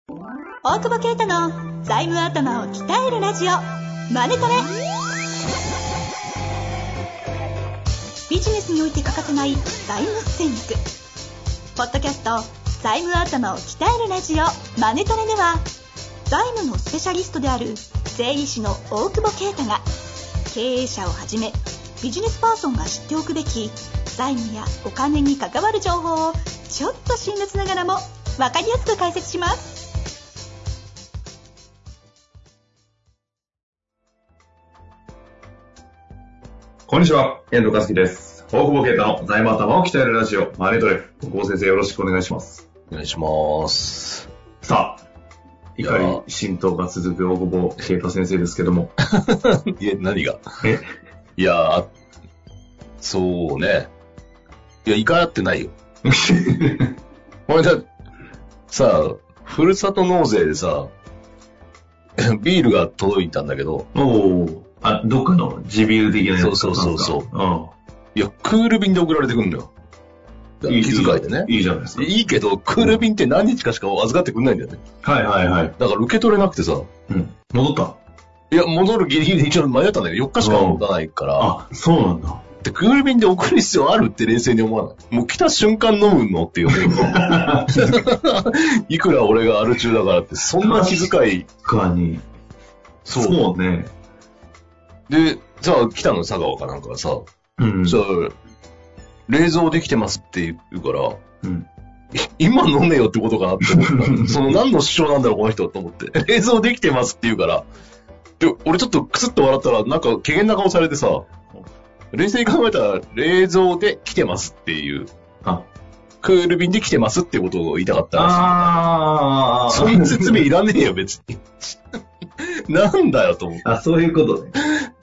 大久保啓太の財務頭を鍛えるラジオマネトレ。ビジネスにおいて欠かせない財務戦略。ポッドキャスト財務頭を鍛えるラジオマネトレでは、財務のスペシャリストである税理士の大久保啓太が、経営者をはじめビジネスパーソンが知っておくべき財務やお金に関わる情報をちょっと辛辣ながらも分かりやすく解説します。 こんにちは、遠藤和樹です。大久保啓太の財務頭を鍛えるラジオマネトレ。大久保先生、よろしくお願いします。 お願いします。 さあ、怒り浸透が続く大久保啓太先生ですけども。 いや、何が？いや、そうね。いや、怒ってないよ。お前さ、ふるさと納税でさ、ビールが届いたんだけど。 どっかの地ビール的なやつ。 そう。いや、クール便で送られてくんだよ。気遣いでね。 いいじゃないですか。 いいけど、クール便って何日かしか預かってくんないんだよね。 はいはいはい。 だから受け取れなくてさ。 戻った？ いや、戻るギリギリで一応迷ったんだけど、4日しか持たないから。 あ、そうなんだ。 で、クール便で送る必要あるって冷静に思わない。もう来た瞬間飲むのっていうね。いくら俺がアル中だからって、そんな気遣い。 確かに。そうね。 で、さ、来たの佐川かなんかさ、さ、冷蔵できてますって言うから、今飲めよってことかなって思った。その何の主張なんだろうこの人と思って。冷蔵できてますって言うから、で、俺ちょっとクスッと笑ったら、なんか怪げな顔されてさ、冷静に考えたら冷蔵で来てますっていう。クール便で来てますってことを言いたかったらしい。そういう説明いらねえよ、別に。なんだよと思って。 そういうことね。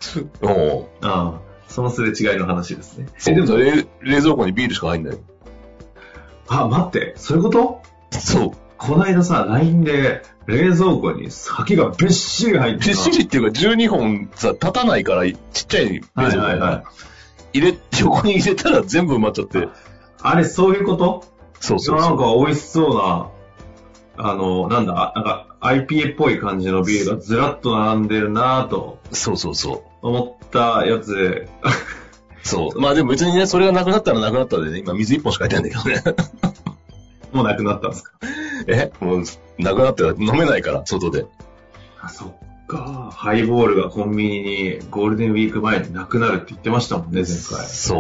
そのすれ違いの話ですね。 でも冷蔵庫にビールしか入んないよ。 待って、そういうこと？ そう。 こないださ、LINE で冷蔵庫に酒がべっしり入ってた。 べっしりっていうか12本さ、立たないからちっちゃい冷蔵庫が横に入れたら全部埋まっちゃって。 あれ、そういうこと？ そう。 なんか美味しそうな、なんか IPA っぽい感じのビールがずらっと並んでるなぁと。 そう。 思ったやつで。 そう。まあでも別にね、それがなくなったらなくなったでね、今水1本しか入ってないんだけどね。 もうなくなったんですか？ もう、なくなったら飲めないから、外で。 そっか。ハイボールがコンビニにゴールデンウィーク前になくなるって言ってましたもんね、前回。 そう。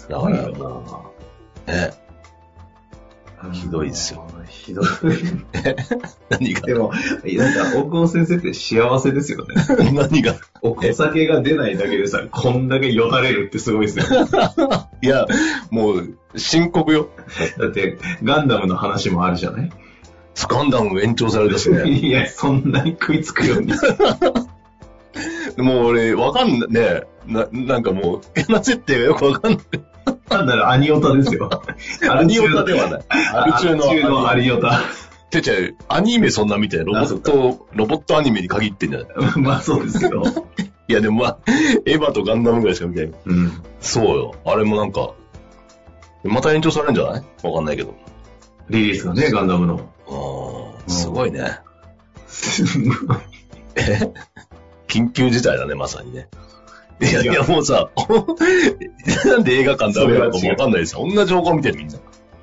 だからもう、ひどいですよ。 ひどい。 何が？ でも、なんか、大久保先生って幸せですよね。 何が？ お酒が出ないだけでさ、こんだけよだれるってすごいですよ。 いや、もう、深刻よ。 だって、ガンダムの話もあるじゃない？ ガンダム延長されたしね。 いや、そんなに食いつくように。 もう俺、わかんないね。なんかもう、な設定がよくわかんない。 なんだろう、アニオタですよ。 アニオタではない。 アル中のアニオタ。 アニメそんなみたいなロボットアニメに限ってんじゃない？ まあそうですけど。 いやでもエヴァとガンダムぐらいしか見てない。そうよ。あれもなんか、また延長されるんじゃない？わかんないけど。 リリースがね、ガンダムの。 すごいね。緊急事態だね、まさにね。いやもうさ、なんで映画館ダメなのかもわかんないですよ。同じ情報見てるみんな。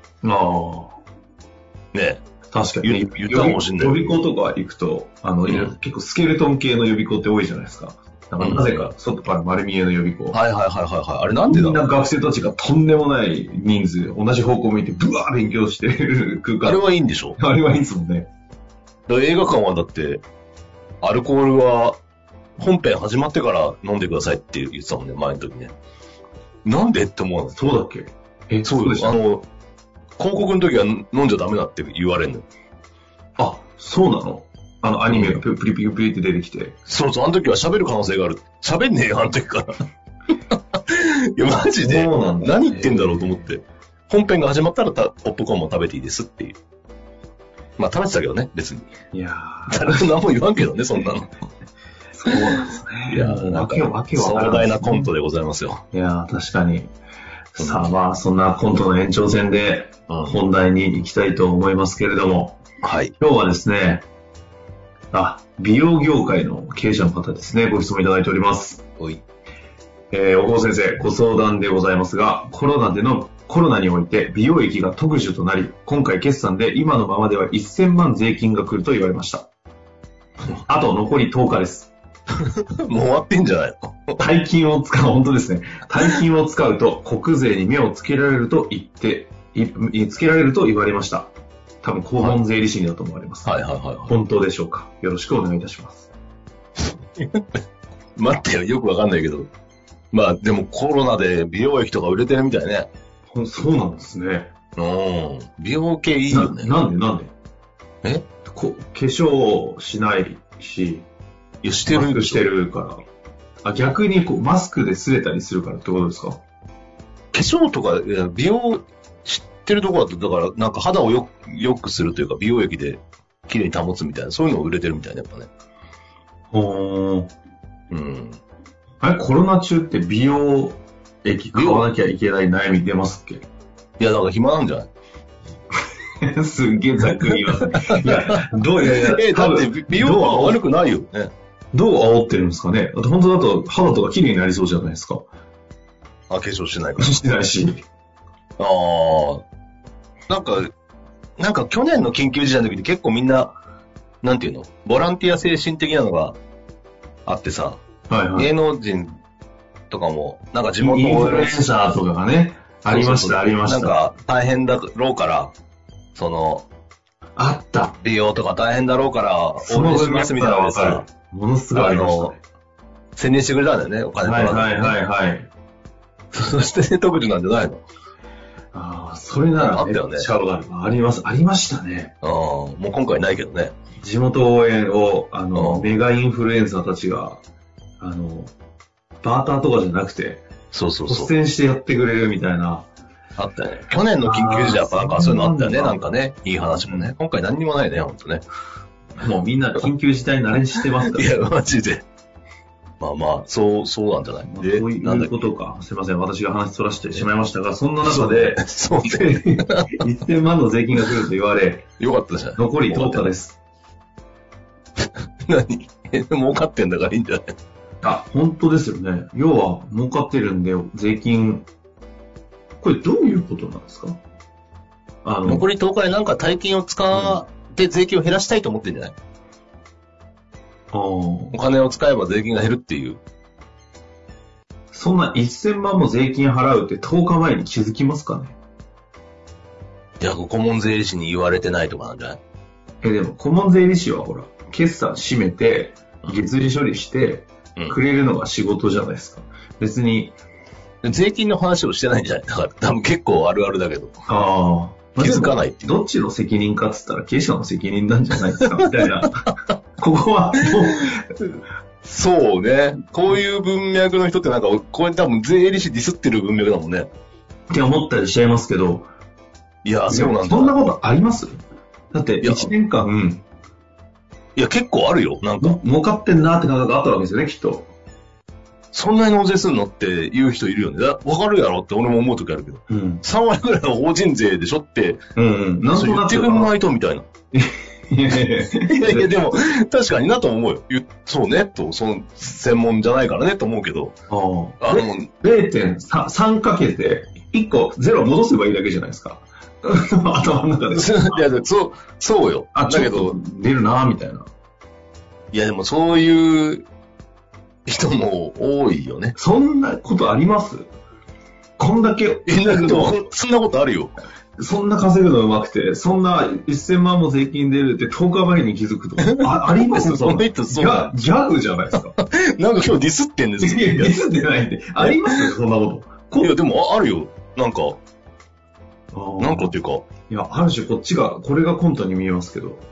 ね。 確かに。 言ったかもしんない。 予備校とか行くと、結構スケルトン系の予備校って多いじゃないですか。なぜか、外から丸見えの予備校。 はい。あれなんでだろう？ みんな学生たちがとんでもない人数、同じ方向向いて、ブワー勉強してる空間。 あれはいいんでしょ？ あれはいいんですもんね。 映画館はだって、アルコールは、本編始まってから飲んでくださいって言ってたもんね、前の時ね。なんでって思うの？ そうだっけ？ そうです。広告の時は飲んじゃダメだって言われるの。 あ、そうなの？アニメがプリプリって出てきて。 そう、あの時は喋る可能性がある。喋んねえよ、あの時から。いや、マジで。何言ってんだろうと思って。本編が始まったらポップコーンも食べていいですっていう。まあ食べてたけどね、別に。 いやー。誰も何も言わんけどね、そんなの。 そうなんですね。 いやー、なんか壮大なコントでございますよ。 いやー、確かに。 さあまあ、そんなコントの延長戦で本題に行きたいと思いますけれども、 はい。 今日はですね、美容業界の経営者の方ですね、ご質問いただいております。 おい。 大久保先生、ご相談でございますが、コロナにおいて美容液が特需となり、今回決算で今のままでは1000万税金が来ると言われました。あと残り10日です。 もう終わってんじゃないの？ 大金を使う、本当ですね。大金を使うと国税に目をつけられると言われました。多分公文税理士にだと思われます。 はい。 本当でしょうか？よろしくお願いいたします。 待ってよ、よくわかんないけど。まあでもコロナで美容液とか売れてるみたいね。 そうなんですね。 美容系いいよね。 なんで化粧しないし、 いや、してるから。逆にマスクで擦れたりするからってことですか？ 化粧とか、美容知ってるところだと、だからなんか肌を良くするというか、美容液で綺麗に保つみたいな、そういうのを売れてるみたいな、やっぱね。 コロナ中って美容液買わなきゃいけない悩み出ますっけ？ いや、だから暇なんじゃないすっげえざっくり言いますね。いや、 だって美容は悪くないよね。 どう煽ってるんですかね？本当だと肌とか綺麗になりそうじゃないですか。 化粧してないから。 してないし。 なんか去年の緊急事態の時に結構みんな、なんていうの？ボランティア精神的なのがあってさ、芸能人とかも、なんか地元のインフルエンサーとかがね、ありました。 なんか大変だろうから、 あった。 美容とか大変だろうから、応援しますみたいなのでさ、 ものすごいありましたね。 宣伝してくれたんだよね、お金もらって、 はい。 そして特需なんじゃないの？ それなら、 あったよね。 ありましたね。 もう今回ないけどね。 地元応援を、メガインフルエンサーたちが、バーターとかじゃなくて、率先してやってくれるみたいな。 あったね。去年の緊急事態やっぱなんかそういうのあったよね。なんかね、いい話もね。今回何にもないね、ほんとね。 もうみんな緊急事態慣れしてますから、 ね。いや、マジで。まあ、そうなんじゃない。 そういうことか。すいません、私が話そらしてしまいましたが、そんな中で、1000万の税金が来ると言われ、 よかったじゃん。 残り10日です。 何？儲かってんだからいいんじゃない？ 本当ですよね。要は、儲かってるんで、税金、これどういうことなんですか？ 残り10日でなんか大金を使って税金を減らしたいと思ってるんじゃない？お金を使えば税金が減るっていう。 そんな1000万も税金払うって10日前に気づきますかね？ いや、顧問税理士に言われてないとかなんじゃない？ でも、顧問税理士はほら、決算締めて、月利処理して、くれるのが仕事じゃないですか。別に。 税金の話をしてないんじゃない？だから多分結構あるあるだけど。気づかないっていう。 どっちの責任かっつったら経営者の責任なんじゃないですかみたいな。ここはもう。 そうね。こういう文脈の人ってなんか、これ多分税理士ディスってる文脈だもんね。 って思ったりしちゃいますけど。 いや、そうなんだ。 そんなことあります？だって1年間。 いや、結構あるよ。なんか。 儲かってんなって感覚があったわけですよね、きっと。 そんなに納税するのって言う人いるよね。わかるやろって俺も思うときあるけど。3割ぐらいの法人税でしょって。 なんとなく。 言ってくんないとみたいな。いや、でも、確かになと思うよ。そうね、と、専門じゃないからね、と思うけど。 0.3 かけて、1個0戻せばいいだけじゃないですか。頭の中で。 いや、そうよ。 だけど、出るなみたいな。 いや、でもそういう人も多いよね。 そんなことあります？こんだけ。 そんなことあるよ。 そんな稼ぐのうまくて、そんな1000万も税金出るって10日前に気づくとか、ありますそんな人ギャグじゃないですか。 なんか今日ディスってんですよ。 いや、ディスってないんで。ありますそんなこと。 いや、でもあるよ。なんかっていうか。 いや、ある種こっちが、これがコントに見えますけど。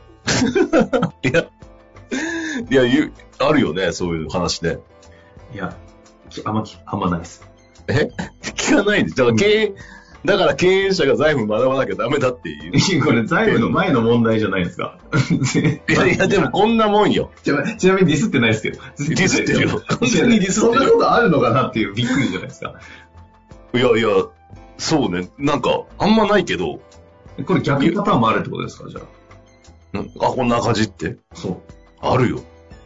いや、あるよね、そういう話ね。 いや、あんまないです。 聞かないんです。だから経営者が財務学ばなきゃダメだっていう。 これ財務の前の問題じゃないですか。 いや、でもこんなもんよ。 ちなみにディスってないですけど。 ディスってるよ。 そんなことあるのかなっていうびっくりじゃないですか。 いや、 そうね。なんか、あんまないけど。 これ逆パターンもあるってことですか、じゃあ。こんな赤字って。 そう。 あるよ。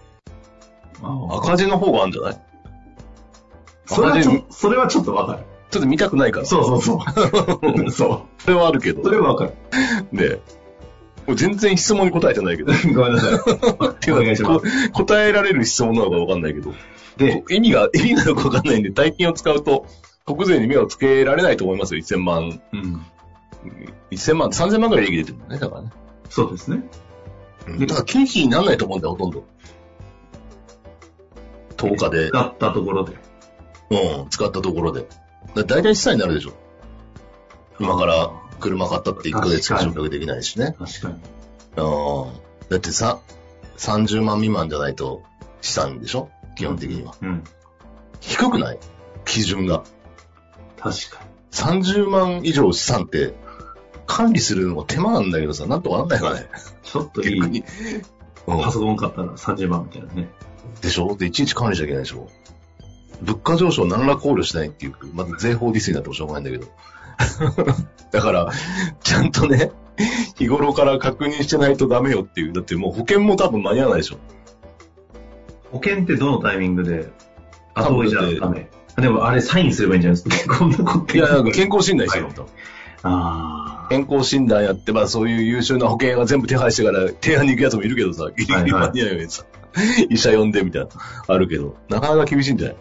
赤字の方があるんじゃない？ それはちょっとわかる。 ちょっと見たくないから。 そう。そう。 それはあるけど。 それはわかる。 で、全然質問に答えてないけど。 ごめんなさい。お願いします。 答えられる質問なのかわかんないけど。で、意味なのかわかんないんで、大金を使うと、国税に目をつけられないと思いますよ、1000万。1000万、3000万ぐらい利益出てるもんね、だからね。 そうですね。 だから経費にならないと思うんだよ、ほとんど。10日で。 使ったところで。 使ったところで。だいたい資産になるでしょ。今から車買ったって1ヶ月しか償却できないしね。 確かに。 だってさ、30万未満じゃないと資産でしょ、基本的には。低くない？基準が。 確かに。 30万以上資産って管理するのも手間なんだけどさ、なんとかなんないかね。 ちょっといい。パソコン買ったら30万みたいなね。 でしょ？で、いちいち管理しなきゃいけないでしょ。物価上昇何ら考慮しないっていう、まず税法ディスになってもしょうがないんだけど。だから、ちゃんとね、日頃から確認してないとダメよっていう。だってもう保険も多分間に合わないでしょ。 保険ってどのタイミングで後追いじゃダメ。でもあれサインすればいいんじゃないですか。こんなこと。 いや、なんか健康診断してると。健康診断やって、そういう優秀な保険が全部手配してから提案に行くやつもいるけどさ、ギリギリ間に合うようにさ、医者呼んでみたいな、あるけど、なかなか厳しいんじゃない？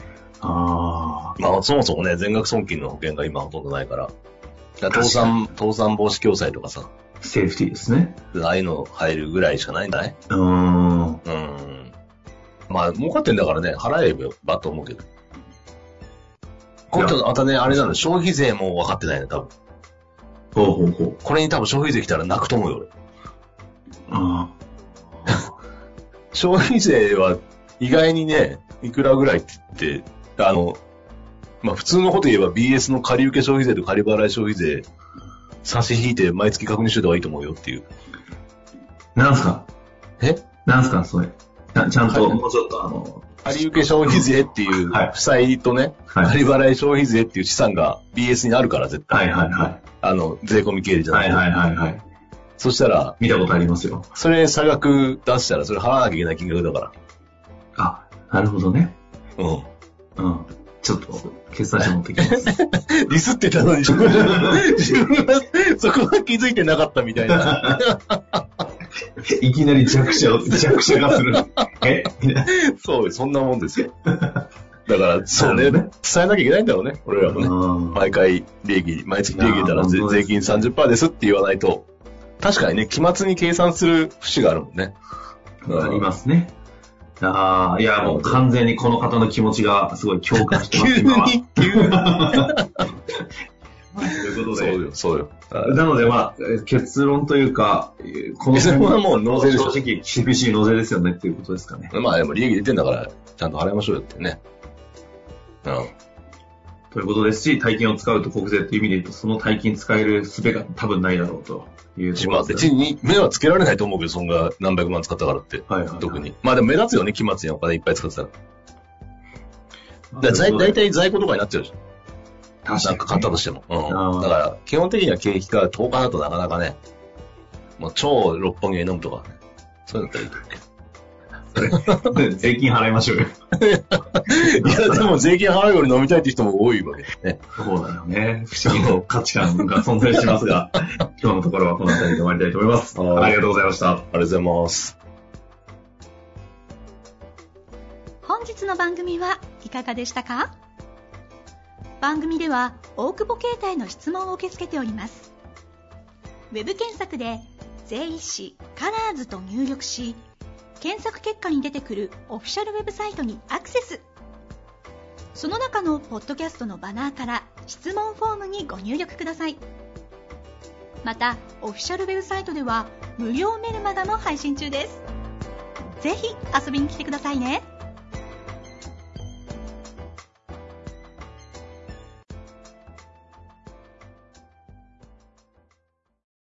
そもそもね、全額損金の保険が今ほとんどないから、倒産防止共済とかさ、 セーフティーですね。 ああいうの入るぐらいしかないんだね。儲かってんだからね、払えばと思うけど。この人またね、あれなの、消費税も分かってないね、多分。これに多分消費税来たら泣くと思うよ、俺。消費税は意外にね、いくらぐらいって言って、普通のこと言えば BS の借受消費税と借払い消費税差し引いて毎月確認しといた方がいいと思うよっていう。 なんすか？なんすかそれ。ちゃんと、もうちょっと借受消費税っていう負債とね、借払い消費税っていう資産が BS にあるから絶対。税込み経理じゃない。そしたら、 見たことありますよ。 それ差額出したらそれ払わなきゃいけない金額だから。 なるほどね。ちょっと、決算書持ってきます。 ディスってたのに、自分がそこは気づいてなかったみたいな。 いきなり弱者がする。 そう、そんなもんですよ。だから、そうね、伝えなきゃいけないんだろうね、俺らもね。毎月利益出たら税金 30% ですって言わないと、確かにね、期末に計算する節があるもんね。 ありますね。いや、もう完全にこの方の気持ちがすごい共感してます、今は。急に。ということで。 そうよ。 なので、結論というか、 この辺はもう納税でしょ。 正直、厳しい納税ですよねっていうことですかね。 でも利益出てんだから、ちゃんと払いましょうよってね。 ということですし、大金を使うと国税っていう意味で言うと、その大金使える術が多分ないだろうというところです、 別に目はつけられないと思うけど、そんな何百万使ったからって。特に。でも目立つよね、期末にお金いっぱい使ってたら。だいたい在庫とかになっちゃうじゃん。なんか買ったとしても。だから、基本的には経費が10日だとなかなかね、もう超六本木で飲むとか、そういうのだったらいいと思うけど。 税金払いましょうよ。 いや、でも税金払うより飲みたいって人も多いわけですね。 そうだよね。不思議な価値観が存在しますが、今日のところはこの辺りで終わりたいと思います。ありがとうございました。 ありがとうございます。 本日の番組はいかがでしたか？番組では大久保携帯の質問を受け付けております。ウェブ検索で税理士カラーズと入力し、検索結果に出てくるオフィシャルウェブサイトにアクセス。その中のポッドキャストのバナーから質問フォームにご入力ください。またオフィシャルウェブサイトでは無料メルマガも配信中です。ぜひ遊びに来てくださいね。